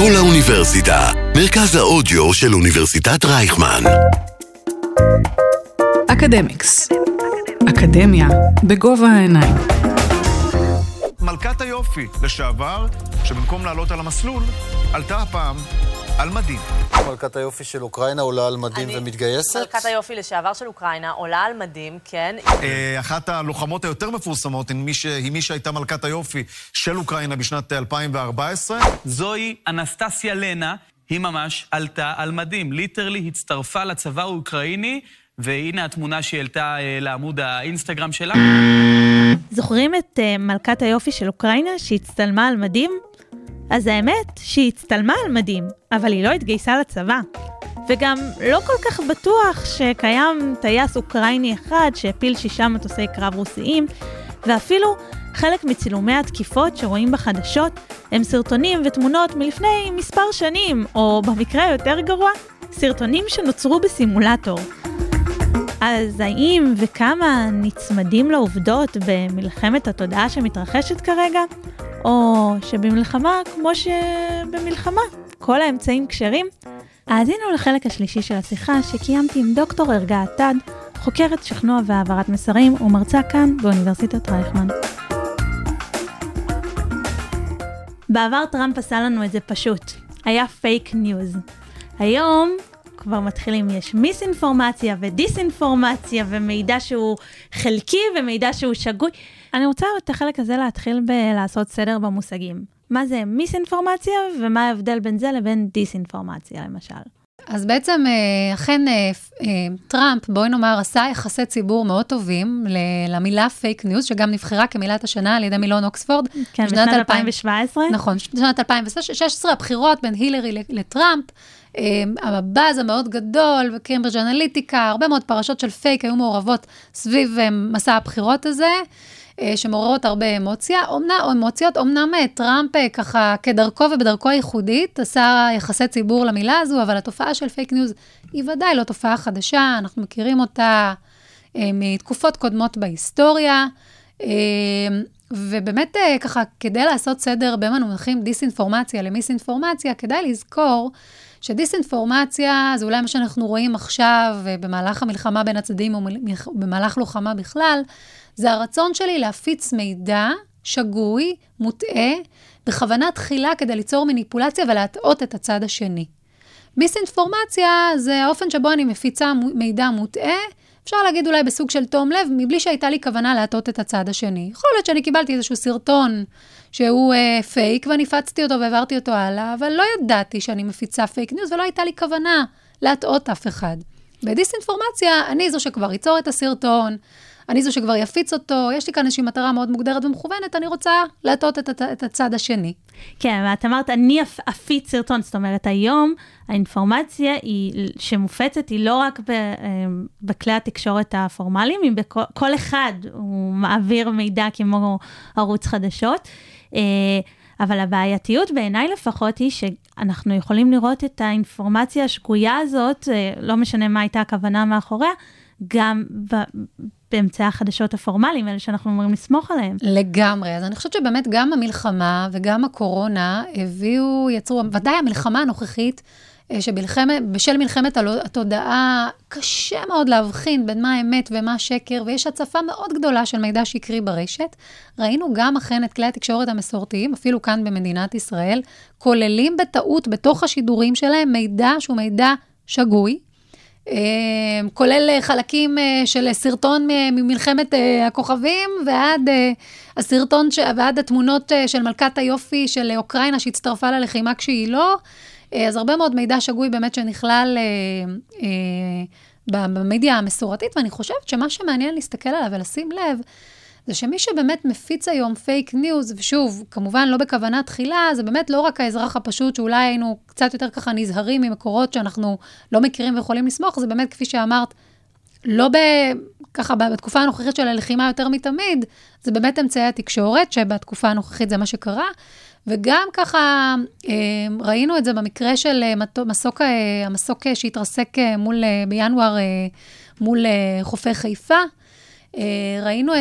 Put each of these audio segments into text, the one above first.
כל האוניברסיטה, מרכז האודיו של אוניברסיטת רייכמן. אקדמיקס. אקדמיה בגובה העיניים. מלכת היופי לשעבר, שבמקום לעלות על המסלול, עלתה הפעם על מדים. מלכת היופי של אוקראינה עולה על מדים ומתגייסת? מלכת היופי לשעבר של אוקראינה עולה על מדים, כן. אחת הלוחמות היותר מפורסמות היא מי שהייתה מלכת היופי של אוקראינה בשנת 2014. זוהי אנסטסיה לנה, היא ממש עלתה על מדים. ליטרלי הצטרפה לצבא האוקראיני, והנה התמונה שהיא העלתה לעמוד האינסטגרם שלה. זוכרים את מלכת היופי של אוקראינה שהצטלמה על מדים? אז האמת שהיא הצטלמה על מדים, אבל היא לא התגייסה לצבא. וגם לא כל כך בטוח שקיים טייס אוקראיני אחד שהפיל 6 מטוסי קרב רוסיים, ואפילו חלק מצילומי התקיפות שרואים בחדשות הם סרטונים ותמונות מלפני מספר שנים, או במקרה יותר גרוע, סרטונים שנוצרו בסימולטור. אז האם וכמה נצמדים לעובדות במלחמת התודעה שמתרחשת כרגע? או שבמלחמה כמו שבמלחמה, כל האמצעים כשרים? האזינו לחלק השלישי של השיחה שקיימתי עם דוקטור ערגה עתד, חוקרת שכנוע והעברת מסרים ומרצה כאן באוניברסיטת רייכמן. בעבר טראמפ עשה לנו את זה פשוט, היה פייק ניוז. היום כבר מתחילים, יש מיסאינפורמציה ודיסאינפורמציה ומידע שהוא חלקי ומידע שהוא שגוי. אני רוצה את החלק הזה להתחיל לעשות סדר במושגים. מה זה מיסאינפורמציה ומה ההבדל בין זה לבין דיסאינפורמציה למשל? אז בעצם אכן טראמפ, בואי נאמר, עשה יחסי ציבור מאוד טובים למילה פייק ניוז, שגם נבחרה כמילת השנה על ידי מילון אוקספורד. כן, בשנת 2017. נכון, בשנת 2016, הבחירות בין הילרי לטראמפ, הבאז המאוד גדול, וקיימברידג' אנליטיקה, הרבה מאוד פרשות של פייק היו מעורבות סביב מסע הבחירות הזה, שמעוררות הרבה אמוציות, אמנם טראמפ ככה כדרכו ובדרכו הייחודית, עשה יחסי ציבור למילה הזו, אבל התופעה של פייק ניוז היא ודאי לא תופעה חדשה, אנחנו מכירים אותה מתקופות קודמות בהיסטוריה, ובאמת ככה כדי לעשות סדר בין מונחים דיסאינפורמציה למיסאינפורמציה, כדאי לזכור שדיסאינפורמציה זה אולי מה שאנחנו רואים עכשיו במהלך המלחמה בין הצדדים או במהלך לוחמה בכלל, זה הרצון שלי להפיץ מידע שגוי, מוטעה, בכוונה תחילה כדי ליצור מניפולציה ולהטעות את הצד השני. מיסאינפורמציה זה האופן שבו אני מפיצה מידע מוטעה, אפשר להגיד אולי בסוג של תום לב, מבלי שהייתה לי כוונה להטעות את הצד השני. יכול להיות שאני קיבלתי איזשהו סרטון שהוא פייק, ואני הפצתי אותו והעברתי אותו הלאה, אבל לא ידעתי שאני מפיצה פייק ניוז, ולא הייתה לי כוונה להטעות אף אחד. בדיסאינפורמציה, אני זו שכבר ייצור את הסרטון, אני זו שכבר יפיץ אותו, יש לי כאן איזושהי מטרה מאוד מוגדרת ומכוונת, אני רוצה להטעות את הצד השני. כן, ואת אמרת, אני אפיץ סרטון, זאת אומרת, היום האינפורמציה שמופצת היא לא רק בכלי התקשורת הפורמליים, היא בכל אחד הוא מעביר מידע כמו ערוץ חדשות, אבל הבעייתיות בעיניי לפחות היא שאנחנו יכולים לראות את האינפורמציה השגויה הזאת, לא משנה מה הייתה הכוונה מאחוריה, גם באמצעי החדשות הפורמליים, אלה שאנחנו אומרים לסמוך עליהם. לגמרי, אז אני חושבת שבאמת גם המלחמה וגם הקורונה יצרו, ודאי המלחמה הנוכחית, שבשל מלחמת התודעה קשה מאוד להבחין בין מה האמת ומה שקר, ויש הצפה מאוד גדולה של מידע שקרי ברשת. ראינו גם אכן את כלי התקשורת המסורתיים, אפילו כאן במדינת ישראל, כוללים בטעות בתוך השידורים שלהם מידע שהוא מידע שגוי, כולל חלקים של סרטון ממלחמת הכוכבים, ועד הסרטון, ועד התמונות של מלכת היופי של אוקראינה שהצטרפה ללחימה כשהיא לא, אז הרבה מאוד מידע שגוי באמת שנכלל במדיה המסורתית, ואני חושבת שמה שמעניין להסתכל עליו ולשים לב, זה שמי שבאמת מפיץ היום פייק ניוז, ושוב, כמובן לא בכוונה תחילה, זה באמת לא רק האזרח הפשוט, שאולי היינו קצת יותר ככה נזהרים ממקורות שאנחנו לא מכירים ויכולים לסמוך, זה באמת כפי שאמרת, לא ככה בתקופה הנוכחית של הלחימה יותר מתמיד, זה באמת אמצעי התקשורת, שבתקופה הנוכחית זה מה שקרה, וגם ככה ראינו את זה במקרה של המסוק שהתרסק בינואר מול חופי חיפה, ראינו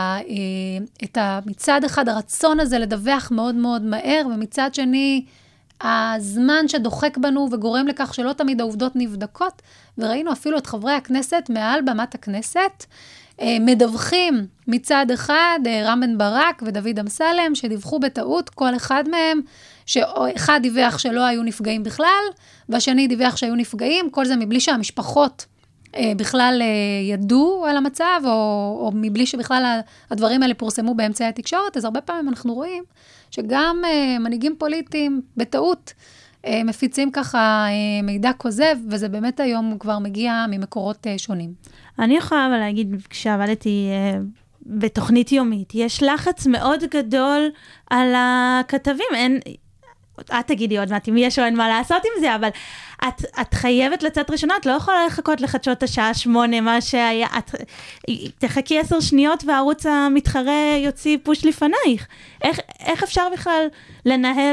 את מצד אחד הרצון הזה לדווח מאוד מאוד מהר, ומצד שני הזמן שדוחק בנו וגורם לכך שלא תמיד העובדות נבדקות, וראינו אפילו את חברי הכנסת מעל במת הכנסת, מדווחים מצד אחד, רם בן ברק ודוד אמסלם, שדיווחו בטעות כל אחד מהם, שאחד דיווח שלא היו נפגעים בכלל, והשני דיווח שהיו נפגעים, כל זה מבלי שהמשפחות בכלל ידעו על המצב, או מבלי שבכלל הדברים האלה פורסמו באמצעי התקשורת, אז הרבה פעמים אנחנו רואים שגם מנהיגים פוליטיים בטעות מפיצים ככה מידע כוזב, וזה באמת היום כבר מגיע ממקורות שונים. אני יכולה אבל להגיד, כשעבדתי בתוכנית יומית, יש לחץ מאוד גדול על הכתבים, את תגידי עוד מעט אם יש או אין מה לעשות עם זה, אבל את חייבת לצאת ראשונה, את לא יכולה לחכות לחדשות השעה 8, מה שהיה, תחכי 10 שניות והערוץ המתחרה יוציא פוש לפנייך. איך אפשר בכלל לנהל,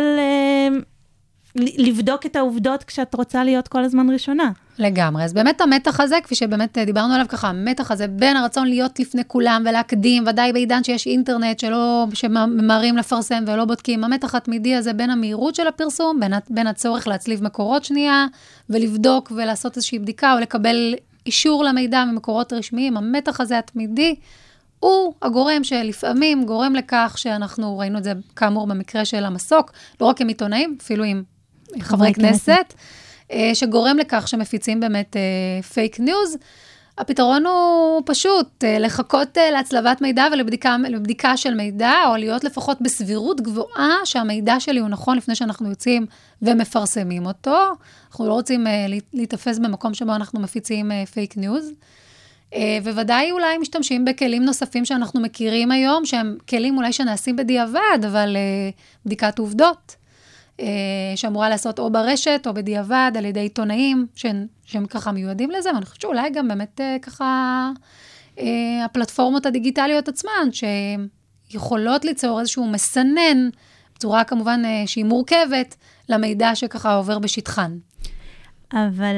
לבדוק את העובדות כשאת רוצה להיות כל הזמן ראשונה? לגמרי, אז באמת המתח הזה, כפי שבאמת דיברנו עליו ככה, המתח הזה בין הרצון להיות לפני כולם ולהקדים, ודאי בעידן שיש אינטרנט שממהרים לפרסם ולא בודקים, המתח התמידי הזה בין המהירות של הפרסום, בין הצורך להצליב מקורות שנייה, ולבדוק ולעשות איזושהי בדיקה, או לקבל אישור למידע ממקורות רשמיים, המתח הזה התמידי, הוא הגורם שלפעמים גורם לכך שאנחנו ראינו את זה כאמור במקרה של המסוק, לא רק עם עיתונאים, אפילו עם חברי כנסת, שגורם לכך שמפיצים באמת פייק ניוז. הפתרון הוא פשוט לחכות להצלבת מידע ולבדיקה של מידע, או להיות לפחות בסבירות גבוהה שהמידע שלי הוא נכון לפני שאנחנו יוצאים ומפרסמים אותו. אנחנו לא רוצים להתאפס במקום שבו אנחנו מפיצים פייק ניוז. וודאי אולי משתמשים בכלים נוספים שאנחנו מכירים היום, שהם כלים אולי שנעשים בדיעבד, אבל בדיקת עובדות. שאמורה לעשות או ברשת או בדיעבד על ידי עיתונאים שהם ככה מיועדים לזה, ואני חושבת שאולי גם באמת ככה הפלטפורמות הדיגיטליות עצמן, שיכולות ליצור איזשהו מסנן, בצורה כמובן שהיא מורכבת, למידע שככה עובר בשטחן. אבל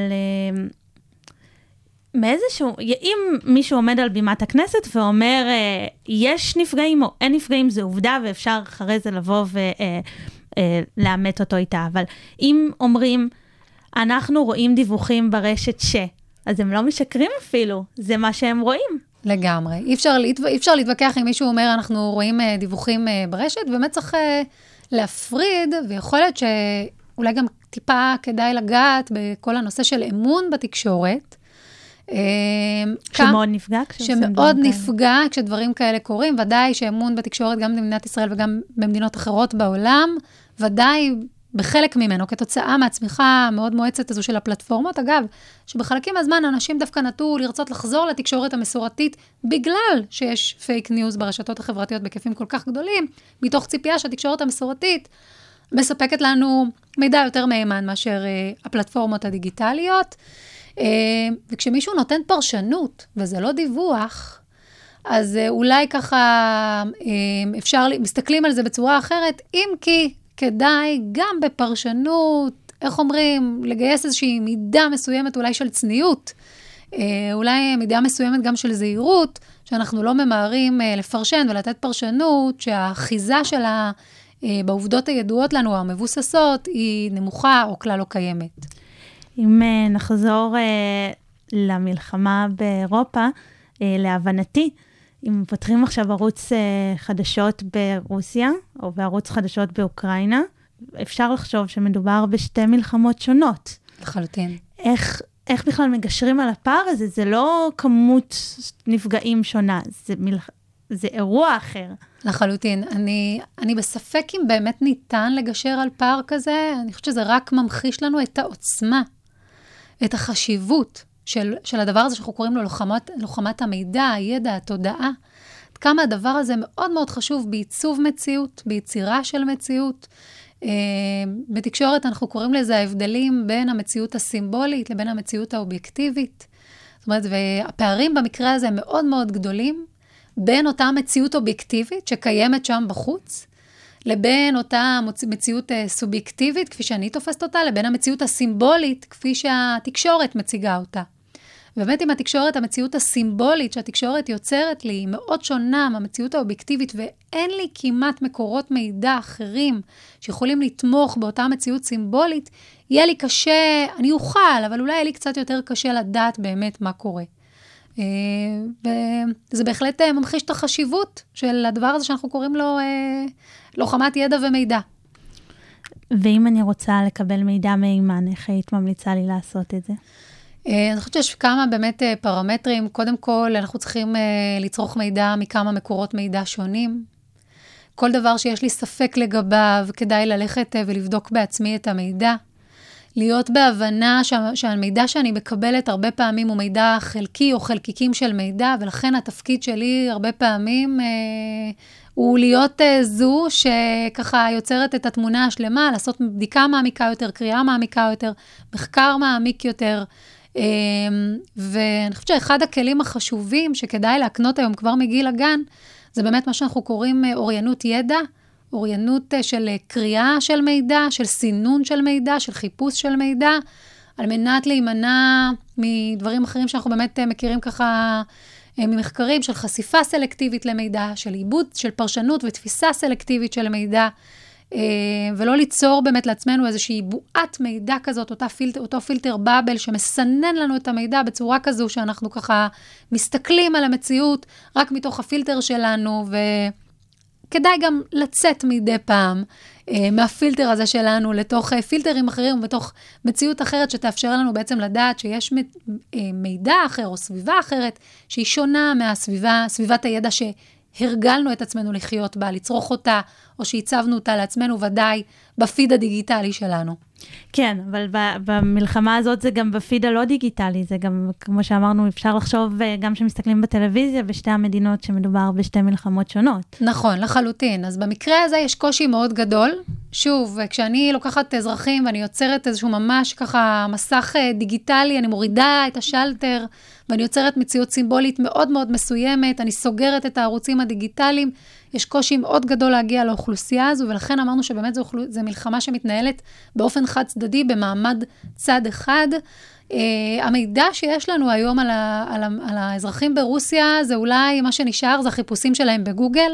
מאיזשהו, אם מישהו עומד על בימת הכנסת ואומר, יש נפגעים או אין נפגעים, זה עובדה ואפשר אחרי זה לבוא לאמת אותו איתה, אבל אם אומרים, אנחנו רואים דיווחים ברשת אז הם לא משקרים אפילו, זה מה שהם רואים. לגמרי, אי אפשר להתווכח אם מישהו אומר, אנחנו רואים דיווחים ברשת, באמת צריך להפריד, ויכול להיות שאולי גם טיפה כדאי לגעת בכל הנושא של אמון בתקשורת, שמאוד נפגע? שמאוד נפגע כשדברים כאלה קורים, ודאי שאמון בתקשורת גם במדינת ישראל וגם במדינות אחרות בעולם, ודאי בחלק ממנו, כתוצאה מהצמיחה מאוד מואצת הזו של הפלטפורמות, אגב, שבחלקים מהזמן אנשים דווקא נטו לרצות לחזור לתקשורת המסורתית, בגלל שיש פייק ניוז ברשתות החברתיות בהיקפים כל כך גדולים, מתוך ציפייה שהתקשורת המסורתית מספקת לנו מידע יותר מהימן מאשר הפלטפורמות הדיגיטליות, וכשמישהו נותן פרשנות, וזה לא דיווח, אז אולי ככה מסתכלים על זה בצורה אחרת, אם כי כדאי גם בפרשנות, איך אומרים, לגייס איזושהי מידה מסוימת אולי של צניעות, אולי מידה מסוימת גם של זהירות, שאנחנו לא ממהרים לפרשן ולתת פרשנות, שהאחיזה שלה בעובדות הידועות לנו, המבוססות, היא נמוכה או כלל לא קיימת. אם נחזור למלחמה באירופה, להבנתי, אם פותחים עכשיו ערוץ חדשות ברוסיה, או בערוץ חדשות באוקראינה, אפשר לחשוב שמדובר בשתי מלחמות שונות. לחלוטין. איך בכלל מגשרים על הפער הזה? זה לא כמות נפגעים שונה, זה אירוע אחר. לחלוטין. אני בספק אם באמת ניתן לגשר על פער כזה, אני חושבת שזה רק ממחיש לנו את העוצמה, את החשיבות של הדבר הזה שאנחנו קוראים לו לוחמת המידע, הידע, התודעה. כמה הדבר הזה מאוד מאוד חשוב בעיצוב מציאות, ביצירה של מציאות. בתקשורת אנחנו קוראים לזה ההבדלים בין המציאות הסימבולית לבין המציאות האובייקטיבית. זאת אומרת, והפערים במקרה הזה מאוד מאוד גדולים, בין אותה מציאות אובייקטיבית שקיימת שם בחוץ, לבין אותה מציאות סובייקטיבית, כפי שאני תופסת אותה, לבין המציאות הסימבולית, כפי שהתקשורת מציגה אותה. ובאמת עם התקשורת, המציאות הסימבולית שהתקשורת יוצרת לי, היא מאוד שונה מהמציאות האובייקטיבית, ואין לי כמעט מקורות מידע אחרים שיכולים לתמוך באותה מציאות סימבולית, יהיה לי קשה, אני אוכל, אבל אולי יהיה לי קצת יותר קשה לדעת באמת מה קורה. וזה בהחלט ממחיש את החשיבות של הדבר הזה שאנחנו קוראים לו לוחמת ידע ומידע. ואם אני רוצה לקבל מידע מהימן, איך היית ממליצה לי לעשות את זה? אני חושבת שיש כמה באמת פרמטרים. קודם כל, אנחנו צריכים לצרוך מידע מכמה מקורות מידע שונים. כל דבר שיש לי ספק לגביו, כדאי ללכת ולבדוק בעצמי את המידע. להיות בהבנה שהמידע שאני מקבלת הרבה פעמים הוא מידע חלקי או חלקיקים של מידע, ולכן התפקיד שלי הרבה פעמים הוא להיות זו שככה יוצרת את התמונה השלמה, לעשות בדיקה מעמיקה יותר, קריאה מעמיקה יותר, מחקר מעמיק יותר, ואני חושבת שאחד הכלים החשובים שכדאי להקנות היום כבר מגיל הגן, זה באמת מה שאנחנו קוראים אוריינות ידע, אוריינות של קריאה של מידע, של סינון של מידע, של חיפוש של מידע, על מנת להימנע מדברים אחרים שאנחנו באמת מכירים ככה ממחקרים, של חשיפה סלקטיבית למידע, של עיבוד, של פרשנות ותפיסה סלקטיבית של מידע, ולא ליצור באמת לעצמנו איזושהי בועת מידע כזאת, אותו פילטר בבל שמסנן לנו את המידע בצורה כזו שאנחנו ככה מסתכלים על המציאות רק מתוך הפילטר שלנו, וכדאי גם לצאת מדי פעם מהפילטר הזה שלנו לתוך פילטרים אחרים ובתוך מציאות אחרת שתאפשר לנו בעצם לדעת שיש מידע אחר או סביבה אחרת שהיא שונה סביבת הידע שהרגלנו את עצמנו לחיות בה, לצרוך אותה, או שהצבנו אותה לעצמנו ודאי בפיד הדיגיטלי שלנו. כן, אבל במלחמה הזאת זה גם בפיד הלא דיגיטלי, זה גם, כמו שאמרנו, אפשר לחשוב גם שמסתכלים בטלוויזיה בשתי המדינות שמדובר בשתי מלחמות שונות. נכון, לחלוטין. אז במקרה הזה יש קושי מאוד גדול. שוב, כשאני לוקחת אזרחים ואני יוצרת איזשהו ממש ככה מסך דיגיטלי, אני מורידה את השלטר ואני יוצרת מציאות סימבולית מאוד מאוד מסוימת, אני סוגרת את הערוצים הדיגיטליים, יש קושי מאוד גדול להגיע לאוכלוסייה הזו, ולכן אמרנו שבאמת זו מלחמה שמתנהלת באופן חד צדדי, במעמד צד אחד. המידע שיש לנו היום על האזרחים ברוסיה, זה אולי מה שנשאר, זה החיפושים שלהם בגוגל.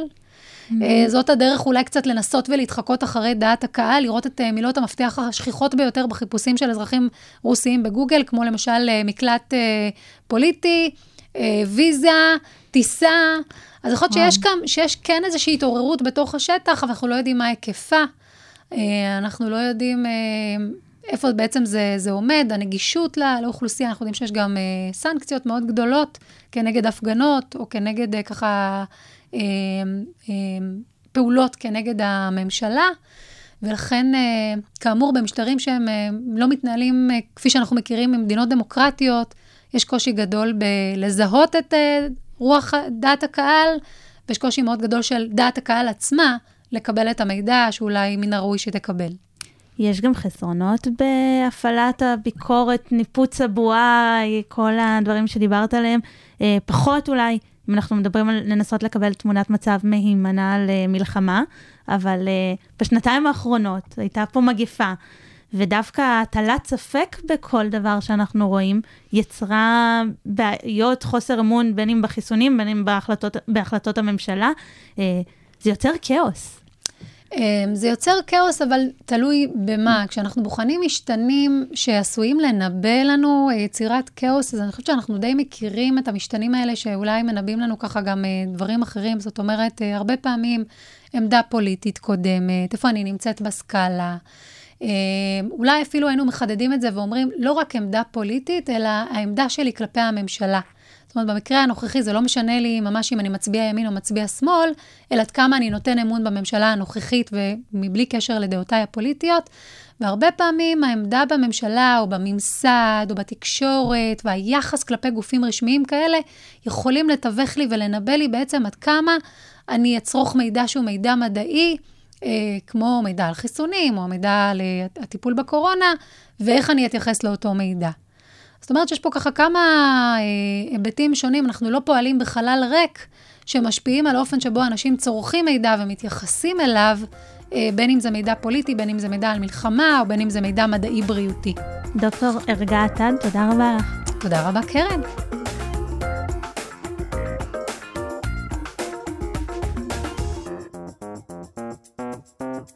זאת הדרך אולי קצת לנסות ולהתחקות אחרי דעת הקהל, לראות את מילות המפתח השכיחות ביותר בחיפושים של אזרחים רוסיים בגוגל, כמו למשל מקלט פוליטי, ויזה, טיסה. אז יכול להיות שיש כן איזושהי התעוררות בתוך השטח, אבל אנחנו לא יודעים מה היקפה, אנחנו לא יודעים איפה בעצם זה עומד, הנגישות לאוכלוסייה, אנחנו יודעים שיש גם סנקציות מאוד גדולות, כנגד הפגנות, או כנגד ככה פעולות כנגד הממשלה, ולכן כאמור במשטרים שהם לא מתנהלים כפי שאנחנו מכירים ממדינות דמוקרטיות, יש קושי גדול בלזהות את רוח דעת הקהל, ויש קושי מאוד גדול של דעת הקהל עצמה, לקבל את המידע שאולי מן הראוי שתקבל. יש גם חסרונות בהפעלת הביקורת, ניפוץ הבועה, כל הדברים שדיברת עליהם, פחות אולי, אם אנחנו מדברים על לנסות לקבל תמונת מצב מהימנה למלחמה, אבל בשנתיים האחרונות הייתה פה מגפה, ודווקא הטלת ספק בכל דבר שאנחנו רואים, יצרה בעיות חוסר אמון, בין אם בחיסונים, בין אם בהחלטות הממשלה, זה יוצר כאוס. זה יוצר כאוס, אבל תלוי במה. כשאנחנו בוחנים משתנים שעשויים לנבא לנו יצירת כאוס, אז אני חושבת שאנחנו די מכירים את המשתנים האלה, שאולי מנבאים לנו ככה גם דברים אחרים. זאת אומרת, הרבה פעמים עמדה פוליטית קודמת, איפה אני נמצאת בסקאלה, אולי אפילו היינו מחדדים את זה ואומרים, לא רק עמדה פוליטית, אלא העמדה שלי כלפי הממשלה. זאת אומרת, במקרה הנוכחי זה לא משנה לי ממש אם אני מצביע ימין או מצביע שמאל, אלא עד כמה אני נותן אמון בממשלה הנוכחית ומבלי קשר לדעותיי הפוליטיות. והרבה פעמים העמדה בממשלה או בממסד או בתקשורת והיחס כלפי גופים רשמיים כאלה, יכולים לתווך לי ולנבא לי בעצם עד כמה אני אצרוך מידע שהוא מידע מדעי, כמו מידע על חיסונים או מידע על הטיפול בקורונה, ואיך אני אתייחס לאותו מידע. זאת אומרת שיש פה ככה כמה היבטים שונים, אנחנו לא פועלים בחלל ריק, שמשפיעים על האופן שבו אנשים צורכים מידע ומתייחסים אליו, בין אם זה מידע פוליטי, בין אם זה מידע על מלחמה, או בין אם זה מידע מדעי בריאותי. דוקטור ארגה עתד, תודה רבה לך. תודה רבה, קרן.